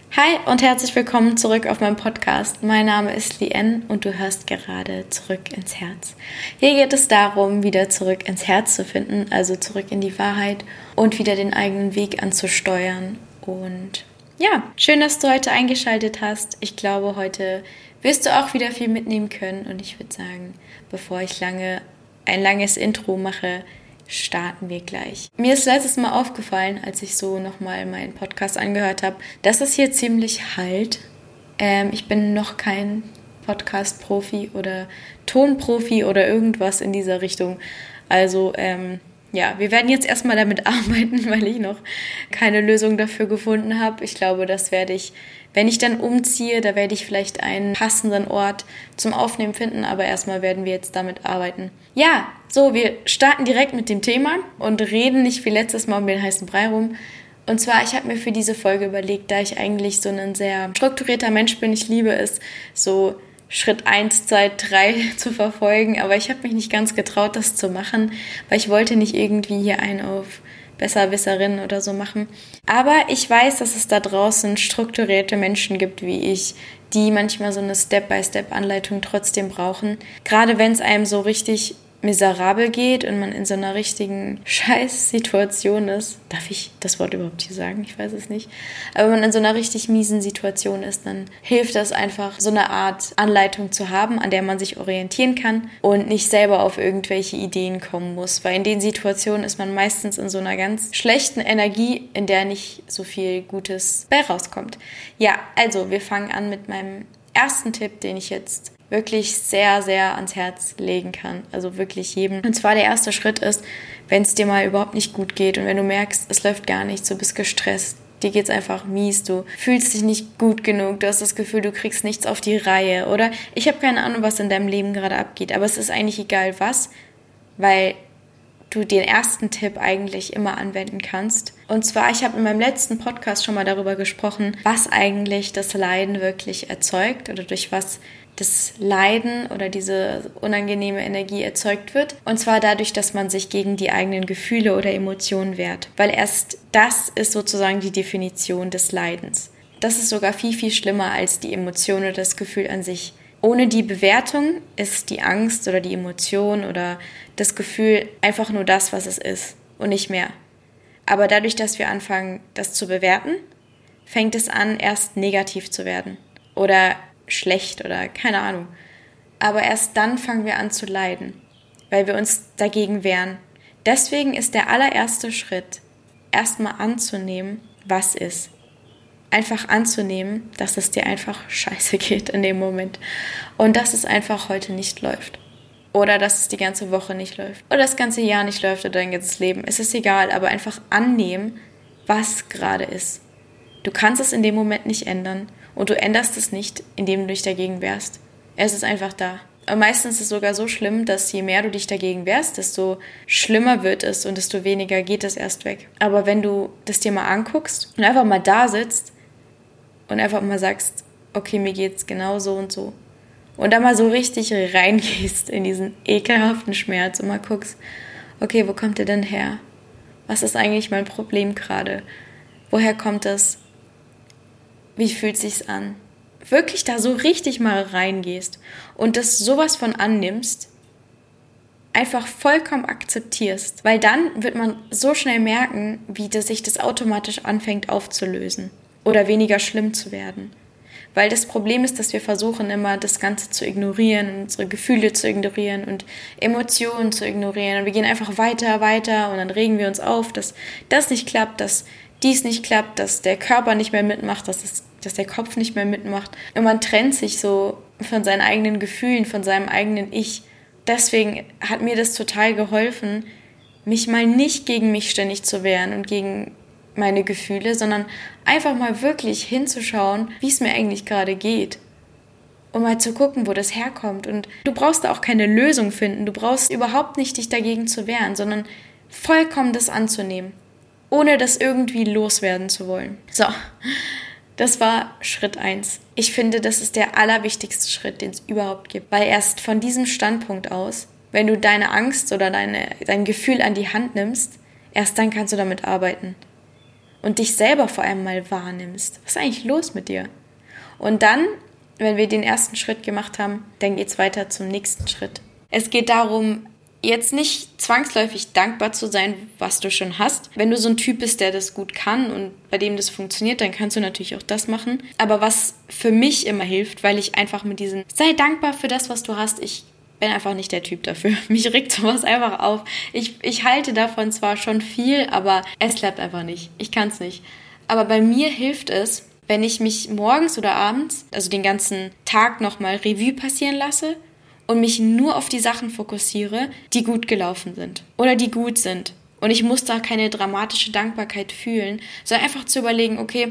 Hi und herzlich willkommen zurück auf meinem Podcast. Mein Name ist Lien und du hörst gerade Zurück ins Herz. Hier geht es darum, wieder zurück ins Herz zu finden, also zurück in die Wahrheit und wieder den eigenen Weg anzusteuern. Und ja, schön, dass du heute eingeschaltet hast. Ich glaube, heute wirst du auch wieder viel mitnehmen können und ich würde sagen, bevor ich ein langes Intro mache, starten wir gleich. Mir ist letztes Mal aufgefallen, als ich so nochmal meinen Podcast angehört habe, dass es hier ziemlich hallt. Ich bin noch kein Podcast-Profi oder Tonprofi oder irgendwas in dieser Richtung. Also wir werden jetzt erstmal damit arbeiten, weil ich noch keine Lösung dafür gefunden habe. Ich glaube, das werde ich, wenn ich dann umziehe, da werde ich vielleicht einen passenden Ort zum Aufnehmen finden, aber erstmal werden wir jetzt damit arbeiten. Ja, so, wir starten direkt mit dem Thema und reden nicht wie letztes Mal um den heißen Brei rum. Und zwar, ich habe mir für diese Folge überlegt, da ich eigentlich so ein sehr strukturierter Mensch bin, ich liebe es, so Schritt 1, 2, 3 zu verfolgen, aber ich habe mich nicht ganz getraut, das zu machen, weil ich wollte nicht irgendwie hier einen auf Besserwisserin oder so machen. Aber ich weiß, dass es da draußen strukturierte Menschen gibt wie ich, die manchmal so eine Step-by-Step-Anleitung trotzdem brauchen. Gerade wenn es einem so richtig miserabel geht und man in so einer richtigen Scheißsituation ist. Darf ich das Wort überhaupt hier sagen? Ich weiß es nicht. Aber wenn man in so einer richtig miesen Situation ist, dann hilft das einfach, so eine Art Anleitung zu haben, an der man sich orientieren kann und nicht selber auf irgendwelche Ideen kommen muss. Weil in den Situationen ist man meistens in so einer ganz schlechten Energie, in der nicht so viel Gutes bei rauskommt. Ja, also wir fangen an mit meinem ersten Tipp, den ich jetzt wirklich sehr, sehr ans Herz legen kann. Also wirklich jedem. Und zwar der erste Schritt ist, wenn es dir mal überhaupt nicht gut geht und wenn du merkst, es läuft gar nichts, du bist gestresst, dir geht's einfach mies, du fühlst dich nicht gut genug, du hast das Gefühl, du kriegst nichts auf die Reihe oder ich habe keine Ahnung, was in deinem Leben gerade abgeht, aber es ist eigentlich egal was, weil du den ersten Tipp eigentlich immer anwenden kannst. Und zwar, ich habe in meinem letzten Podcast schon mal darüber gesprochen, was eigentlich das Leiden wirklich erzeugt oder durch was das Leiden oder diese unangenehme Energie erzeugt wird. Und zwar dadurch, dass man sich gegen die eigenen Gefühle oder Emotionen wehrt. Weil erst das ist sozusagen die Definition des Leidens. Das ist sogar viel, viel schlimmer als die Emotion oder das Gefühl an sich. Ohne die Bewertung ist die Angst oder die Emotion oder das Gefühl einfach nur das, was es ist und nicht mehr. Aber dadurch, dass wir anfangen, das zu bewerten, fängt es an, erst negativ zu werden oder schlecht oder keine Ahnung. Aber erst dann fangen wir an zu leiden, weil wir uns dagegen wehren. Deswegen ist der allererste Schritt, erstmal anzunehmen, was ist. Einfach anzunehmen, dass es dir einfach scheiße geht in dem Moment. Und dass es einfach heute nicht läuft. Oder dass es die ganze Woche nicht läuft. Oder das ganze Jahr nicht läuft oder dein ganzes Leben. Es ist egal, aber einfach annehmen, was gerade ist. Du kannst es in dem Moment nicht ändern. Und du änderst es nicht, indem du dich dagegen wehrst. Es ist einfach da. Und meistens ist es sogar so schlimm, dass je mehr du dich dagegen wehrst, desto schlimmer wird es und desto weniger geht es erst weg. Aber wenn du das dir mal anguckst und einfach mal da sitzt und einfach mal sagst, okay, mir geht's genau so und so. Und dann mal so richtig reingehst in diesen ekelhaften Schmerz und mal guckst, okay, wo kommt der denn her? Was ist eigentlich mein Problem gerade? Woher kommt das? Wie fühlt sich's an? Wirklich da so richtig mal reingehst und das sowas von annimmst, einfach vollkommen akzeptierst, weil dann wird man so schnell merken, wie sich das automatisch anfängt aufzulösen oder weniger schlimm zu werden. Weil das Problem ist, dass wir versuchen immer das Ganze zu ignorieren und unsere Gefühle zu ignorieren und Emotionen zu ignorieren und wir gehen einfach weiter und dann regen wir uns auf, dass das nicht klappt, dass dies nicht klappt, dass der Körper nicht mehr mitmacht, dass der Kopf nicht mehr mitmacht. Und man trennt sich so von seinen eigenen Gefühlen, von seinem eigenen Ich. Deswegen hat mir das total geholfen, mich mal nicht gegen mich ständig zu wehren und gegen meine Gefühle, sondern einfach mal wirklich hinzuschauen, wie es mir eigentlich gerade geht. Und mal zu gucken, wo das herkommt. Und du brauchst da auch keine Lösung finden. Du brauchst überhaupt nicht dich dagegen zu wehren, sondern vollkommen das anzunehmen, ohne das irgendwie loswerden zu wollen. So, das war Schritt 1. Ich finde, das ist der allerwichtigste Schritt, den es überhaupt gibt. Weil erst von diesem Standpunkt aus, wenn du deine Angst oder dein Gefühl an die Hand nimmst, erst dann kannst du damit arbeiten. und dich selber vor allem mal wahrnimmst. Was ist eigentlich los mit dir? Und dann, wenn wir den ersten Schritt gemacht haben, dann geht es weiter zum nächsten Schritt. Es geht darum, jetzt nicht zwangsläufig dankbar zu sein, was du schon hast. Wenn du so ein Typ bist, der das gut kann und bei dem das funktioniert, dann kannst du natürlich auch das machen. Aber was für mich immer hilft, weil ich einfach mit diesem sei dankbar für das, was du hast, ich bin einfach nicht der Typ dafür. Mich regt sowas einfach auf. Ich halte davon zwar schon viel, aber es klappt einfach nicht. Ich kann es nicht. Aber bei mir hilft es, wenn ich mich morgens oder abends, also den ganzen Tag nochmal Revue passieren lasse und mich nur auf die Sachen fokussiere, die gut gelaufen sind oder die gut sind. Und ich muss da keine dramatische Dankbarkeit fühlen, sondern einfach zu überlegen, okay,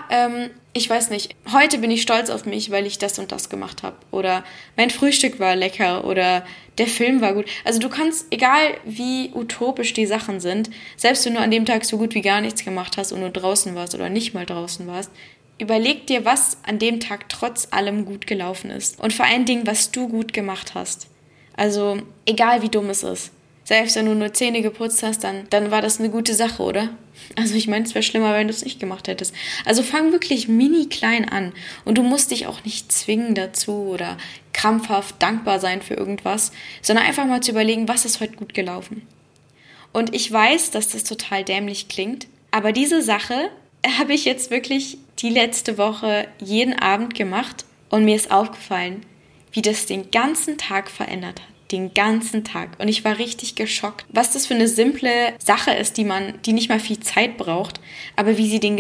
ich weiß nicht, heute bin ich stolz auf mich, weil ich das und das gemacht habe. Oder mein Frühstück war lecker oder der Film war gut. Also du kannst, egal wie utopisch die Sachen sind, selbst wenn du an dem Tag so gut wie gar nichts gemacht hast und nur draußen warst oder nicht mal draußen warst, überleg dir, was an dem Tag trotz allem gut gelaufen ist. Und vor allen Dingen, was du gut gemacht hast. Also egal wie dumm es ist. Selbst wenn du nur Zähne geputzt hast, dann war das eine gute Sache, oder? Also ich meine, es wäre schlimmer, wenn du es nicht gemacht hättest. Also fang wirklich mini klein an. Und du musst dich auch nicht zwingen dazu oder krampfhaft dankbar sein für irgendwas, sondern einfach mal zu überlegen, was ist heute gut gelaufen. Und ich weiß, dass das total dämlich klingt, aber diese Sache habe ich jetzt wirklich die letzte Woche jeden Abend gemacht und mir ist aufgefallen, wie das den ganzen Tag verändert hat. Den ganzen Tag. Und ich war richtig geschockt, was das für eine simple Sache ist, die nicht mal viel Zeit braucht, aber wie sie den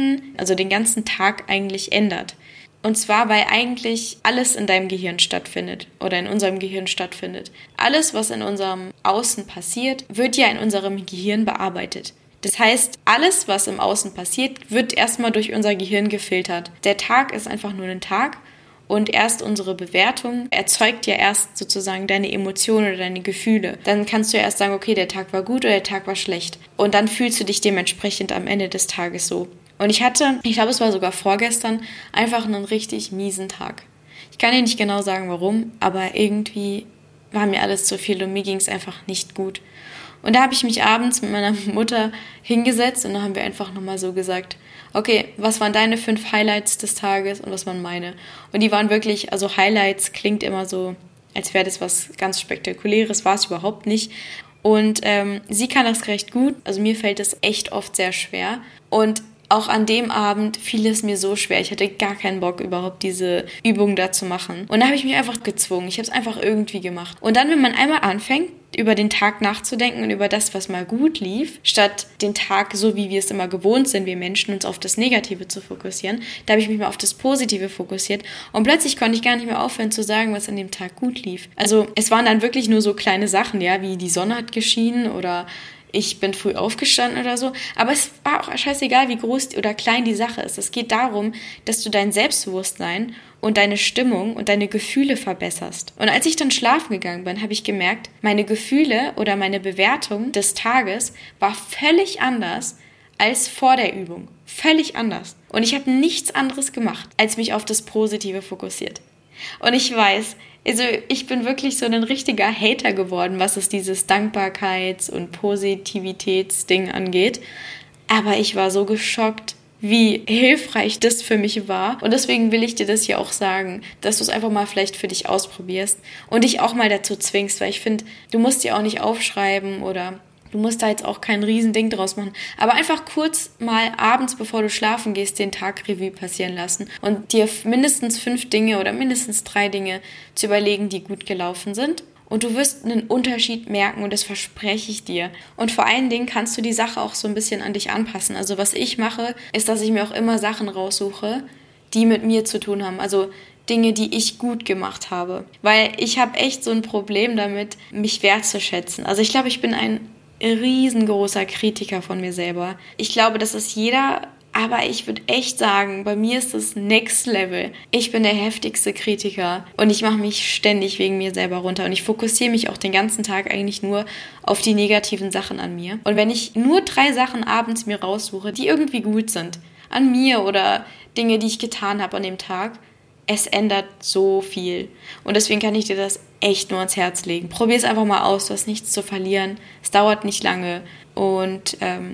ganzen Tag eigentlich ändert. Und zwar, weil eigentlich alles in deinem Gehirn stattfindet oder in unserem Gehirn stattfindet. Alles, was in unserem Außen passiert, wird ja in unserem Gehirn bearbeitet. Das heißt, alles, was im Außen passiert, wird erstmal durch unser Gehirn gefiltert. Der Tag ist einfach nur ein Tag. Und erst unsere Bewertung erzeugt ja erst sozusagen deine Emotionen oder deine Gefühle. Dann kannst du ja erst sagen, okay, der Tag war gut oder der Tag war schlecht. Und dann fühlst du dich dementsprechend am Ende des Tages so. Und ich glaube, es war sogar vorgestern, einfach einen richtig miesen Tag. Ich kann dir nicht genau sagen, warum, aber irgendwie war mir alles zu viel und mir ging es einfach nicht gut. Und da habe ich mich abends mit meiner Mutter hingesetzt und da haben wir einfach nochmal so gesagt, okay, was waren deine 5 Highlights des Tages und was waren meine? Und die waren wirklich, also Highlights klingt immer so, als wäre das was ganz Spektakuläres, war es überhaupt nicht. Und sie kann das recht gut, also mir fällt es echt oft sehr schwer. Und auch an dem Abend fiel es mir so schwer. Ich hatte gar keinen Bock, überhaupt diese Übung da zu machen. Und da habe ich mich einfach gezwungen. Ich habe es einfach irgendwie gemacht. Und dann, wenn man einmal anfängt, über den Tag nachzudenken und über das, was mal gut lief, statt den Tag, so wie wir es immer gewohnt sind, wir Menschen, uns auf das Negative zu fokussieren, da habe ich mich mal auf das Positive fokussiert. Und plötzlich konnte ich gar nicht mehr aufhören zu sagen, was an dem Tag gut lief. Also es waren dann wirklich nur so kleine Sachen, ja, wie die Sonne hat geschienen oder ich bin früh aufgestanden oder so. Aber es war auch scheißegal, wie groß oder klein die Sache ist. Es geht darum, dass du dein Selbstbewusstsein und deine Stimmung und deine Gefühle verbesserst. Und als ich dann schlafen gegangen bin, habe ich gemerkt, meine Gefühle oder meine Bewertung des Tages war völlig anders als vor der Übung. Völlig anders. Und ich habe nichts anderes gemacht, als mich auf das Positive fokussiert. Und ich weiß, also ich bin wirklich so ein richtiger Hater geworden, was es dieses Dankbarkeits- und Positivitätsding angeht. Aber ich war so geschockt, wie hilfreich das für mich war. Und deswegen will ich dir das hier auch sagen, dass du es einfach mal vielleicht für dich ausprobierst und dich auch mal dazu zwingst, weil ich finde, du musst dir auch nicht aufschreiben oder du musst da jetzt auch kein Riesending draus machen. Aber einfach kurz mal abends, bevor du schlafen gehst, den Tag Revue passieren lassen und dir mindestens 5 Dinge oder mindestens 3 Dinge zu überlegen, die gut gelaufen sind. Und du wirst einen Unterschied merken und das verspreche ich dir. Und vor allen Dingen kannst du die Sache auch so ein bisschen an dich anpassen. Also was ich mache, ist, dass ich mir auch immer Sachen raussuche, die mit mir zu tun haben. Also Dinge, die ich gut gemacht habe. Weil ich habe echt so ein Problem damit, mich wertzuschätzen. Also ich glaube, ich bin ein riesengroßer Kritiker von mir selber. Ich glaube, das ist jeder, aber ich würde echt sagen, bei mir ist das Next Level. Ich bin der heftigste Kritiker und ich mache mich ständig wegen mir selber runter und ich fokussiere mich auch den ganzen Tag eigentlich nur auf die negativen Sachen an mir. Und wenn ich nur 3 Sachen abends mir raussuche, die irgendwie gut sind, an mir oder Dinge, die ich getan habe an dem Tag, es ändert so viel. Und deswegen kann ich dir das echt nur ans Herz legen. Probier es einfach mal aus, du hast nichts zu verlieren. Es dauert nicht lange und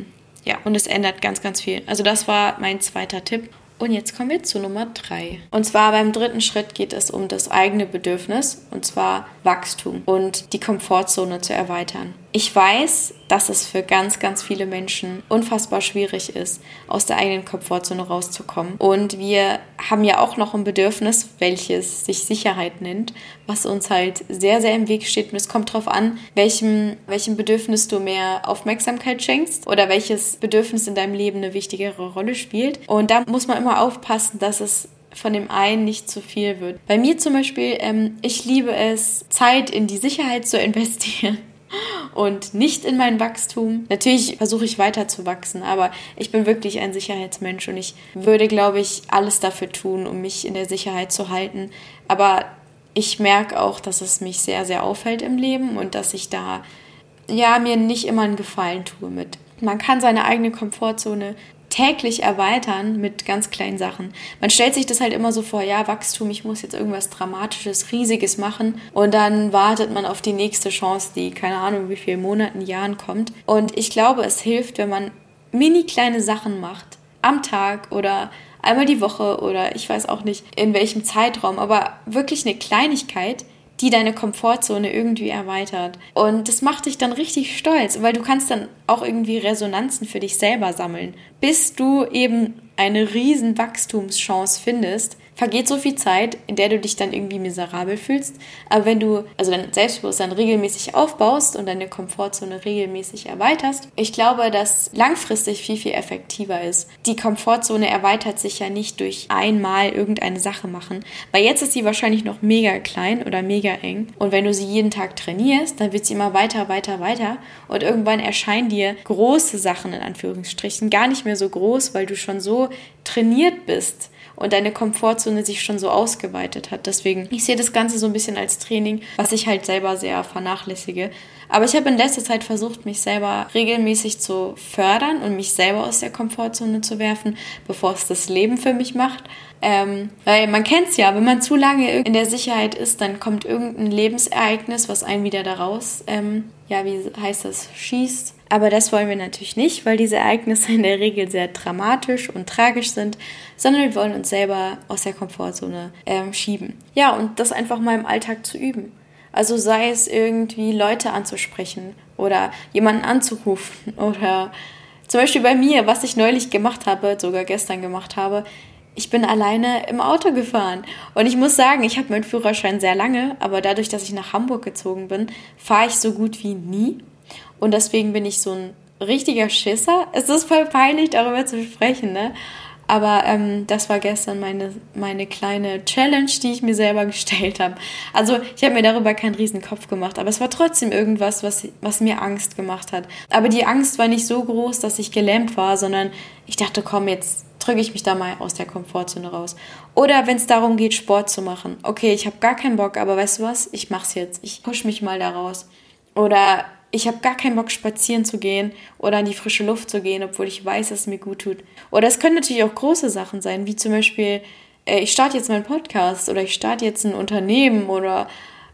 Ja, und es ändert ganz, ganz viel. Also das war mein zweiter Tipp. Und jetzt kommen wir zu Nummer 3. Und zwar beim dritten Schritt geht es um das eigene Bedürfnis, und zwar Wachstum und die Komfortzone zu erweitern. Ich weiß, dass es für ganz, ganz viele Menschen unfassbar schwierig ist, aus der eigenen Komfortzone rauszukommen. Und wir haben ja auch noch ein Bedürfnis, welches sich Sicherheit nennt, was uns halt sehr, sehr im Weg steht. Und es kommt darauf an, welchem Bedürfnis du mehr Aufmerksamkeit schenkst oder welches Bedürfnis in deinem Leben eine wichtigere Rolle spielt. Und da muss man immer aufpassen, dass es von dem einen nicht zu viel wird. Bei mir zum Beispiel, ich liebe es, Zeit in die Sicherheit zu investieren und nicht in mein Wachstum. Natürlich versuche ich weiter zu wachsen, aber ich bin wirklich ein Sicherheitsmensch und ich würde, glaube ich, alles dafür tun, um mich in der Sicherheit zu halten. Aber ich merke auch, dass es mich sehr, sehr auffällt im Leben und dass ich da mir nicht immer einen Gefallen tue mit. Man kann seine eigene Komfortzone täglich erweitern mit ganz kleinen Sachen. Man stellt sich das halt immer so vor, ja, Wachstum, ich muss jetzt irgendwas Dramatisches, Riesiges machen und dann wartet man auf die nächste Chance, die keine Ahnung wie viele Monaten, Jahren kommt. Und ich glaube, es hilft, wenn man mini kleine Sachen macht, am Tag oder einmal die Woche oder ich weiß auch nicht in welchem Zeitraum, aber wirklich eine Kleinigkeit, die deine Komfortzone irgendwie erweitert. Und das macht dich dann richtig stolz, weil du kannst dann auch irgendwie Resonanzen für dich selber sammeln. Bis du eben eine riesen Wachstumschance findest, vergeht so viel Zeit, in der du dich dann irgendwie miserabel fühlst. Aber wenn du also dein Selbstbewusstsein regelmäßig aufbaust und deine Komfortzone regelmäßig erweiterst, ich glaube, dass langfristig viel, viel effektiver ist. Die Komfortzone erweitert sich ja nicht durch einmal irgendeine Sache machen, weil jetzt ist sie wahrscheinlich noch mega klein oder mega eng. Und wenn du sie jeden Tag trainierst, dann wird sie immer weiter, weiter, weiter. Und irgendwann erscheinen dir große Sachen in Anführungsstrichen gar nicht mehr so groß, weil du schon so trainiert bist und deine Komfortzone sich schon so ausgeweitet hat. Deswegen, ich sehe das Ganze so ein bisschen als Training, was ich halt selber sehr vernachlässige. Aber ich habe in letzter Zeit versucht, mich selber regelmäßig zu fördern und mich selber aus der Komfortzone zu werfen, bevor es das Leben für mich macht. Weil man kennt es ja, wenn man zu lange in der Sicherheit ist, dann kommt irgendein Lebensereignis, was einen wieder daraus, schießt. Aber das wollen wir natürlich nicht, weil diese Ereignisse in der Regel sehr dramatisch und tragisch sind, sondern wir wollen uns selber aus der Komfortzone schieben. Ja, und das einfach mal im Alltag zu üben. Also sei es irgendwie Leute anzusprechen oder jemanden anzurufen oder zum Beispiel bei mir, was ich neulich gemacht habe, sogar gestern gemacht habe, ich bin alleine im Auto gefahren. Und ich muss sagen, ich habe meinen Führerschein sehr lange, aber dadurch, dass ich nach Hamburg gezogen bin, fahre ich so gut wie nie. Und deswegen bin ich so ein richtiger Schisser. Es ist voll peinlich, darüber zu sprechen, ne? Aber das war gestern meine kleine Challenge, die ich mir selber gestellt habe. Also ich habe mir darüber keinen riesen Kopf gemacht, aber es war trotzdem irgendwas, was mir Angst gemacht hat. Aber die Angst war nicht so groß, dass ich gelähmt war, sondern ich dachte, komm, jetzt drücke ich mich da mal aus der Komfortzone raus. Oder wenn es darum geht, Sport zu machen. Okay, ich habe gar keinen Bock, aber weißt du was? Ich mach's jetzt. Ich push mich mal da raus. Oder ich habe gar keinen Bock, spazieren zu gehen oder in die frische Luft zu gehen, obwohl ich weiß, dass es mir gut tut. Oder es können natürlich auch große Sachen sein, wie zum Beispiel, ich starte jetzt meinen Podcast oder ich starte jetzt ein Unternehmen oder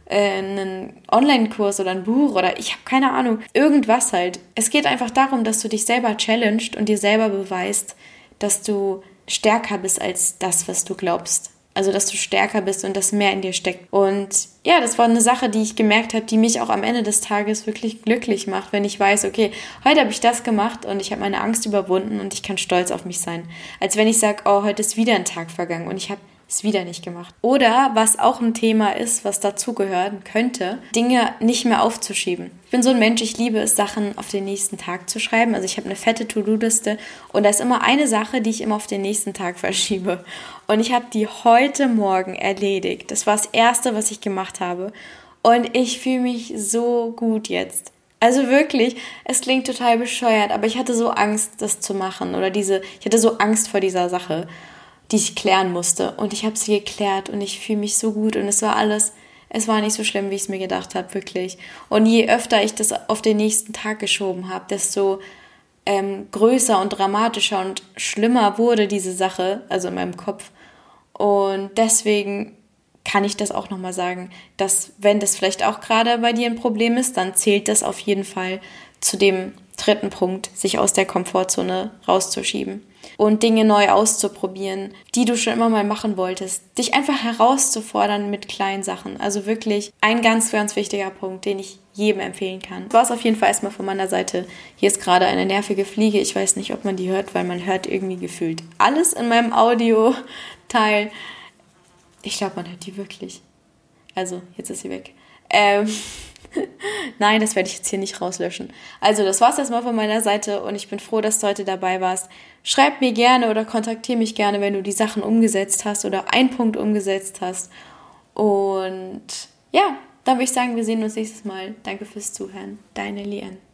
einen Online-Kurs oder ein Buch oder ich habe keine Ahnung, irgendwas halt. Es geht einfach darum, dass du dich selber challenged und dir selber beweist, dass du stärker bist als das, was du glaubst. Also, dass du stärker bist und dass mehr in dir steckt. Und ja, das war eine Sache, die ich gemerkt habe, die mich auch am Ende des Tages wirklich glücklich macht, wenn ich weiß, okay, heute habe ich das gemacht und ich habe meine Angst überwunden und ich kann stolz auf mich sein. Als wenn ich sage, oh, heute ist wieder ein Tag vergangen und ich habe es wieder nicht gemacht. Oder, was auch ein Thema ist, was dazugehören könnte, Dinge nicht mehr aufzuschieben. Ich bin so ein Mensch, ich liebe es, Sachen auf den nächsten Tag zu schreiben. Also ich habe eine fette To-Do-Liste und da ist immer eine Sache, die ich immer auf den nächsten Tag verschiebe. Und ich habe die heute Morgen erledigt. Das war das Erste, was ich gemacht habe. Und ich fühle mich so gut jetzt. Also wirklich, es klingt total bescheuert, aber ich hatte so Angst, das zu machen. Ich hatte so Angst vor dieser Sache, die ich klären musste. Und ich habe sie geklärt und ich fühle mich so gut und es war nicht so schlimm, wie ich es mir gedacht habe, wirklich. Und je öfter ich das auf den nächsten Tag geschoben habe, desto größer und dramatischer und schlimmer wurde diese Sache, also in meinem Kopf. Und deswegen kann ich das auch nochmal sagen, dass wenn das vielleicht auch gerade bei dir ein Problem ist, dann zählt das auf jeden Fall zu dem dritten Punkt, sich aus der Komfortzone rauszuschieben und Dinge neu auszuprobieren, die du schon immer mal machen wolltest. Dich einfach herauszufordern mit kleinen Sachen. Also wirklich ein ganz, ganz wichtiger Punkt, den ich jedem empfehlen kann. Das war es auf jeden Fall erstmal von meiner Seite. Hier ist gerade eine nervige Fliege. Ich weiß nicht, ob man die hört, weil man hört irgendwie gefühlt alles in meinem Audio-Teil. Ich glaube, man hört die wirklich. Also, jetzt ist sie weg. Nein, das werde ich jetzt hier nicht rauslöschen. Also, das war es erstmal von meiner Seite und ich bin froh, dass du heute dabei warst. Schreib mir gerne oder kontaktiere mich gerne, wenn du die Sachen umgesetzt hast oder einen Punkt umgesetzt hast. Und ja, dann würde ich sagen, wir sehen uns nächstes Mal. Danke fürs Zuhören. Deine Lian.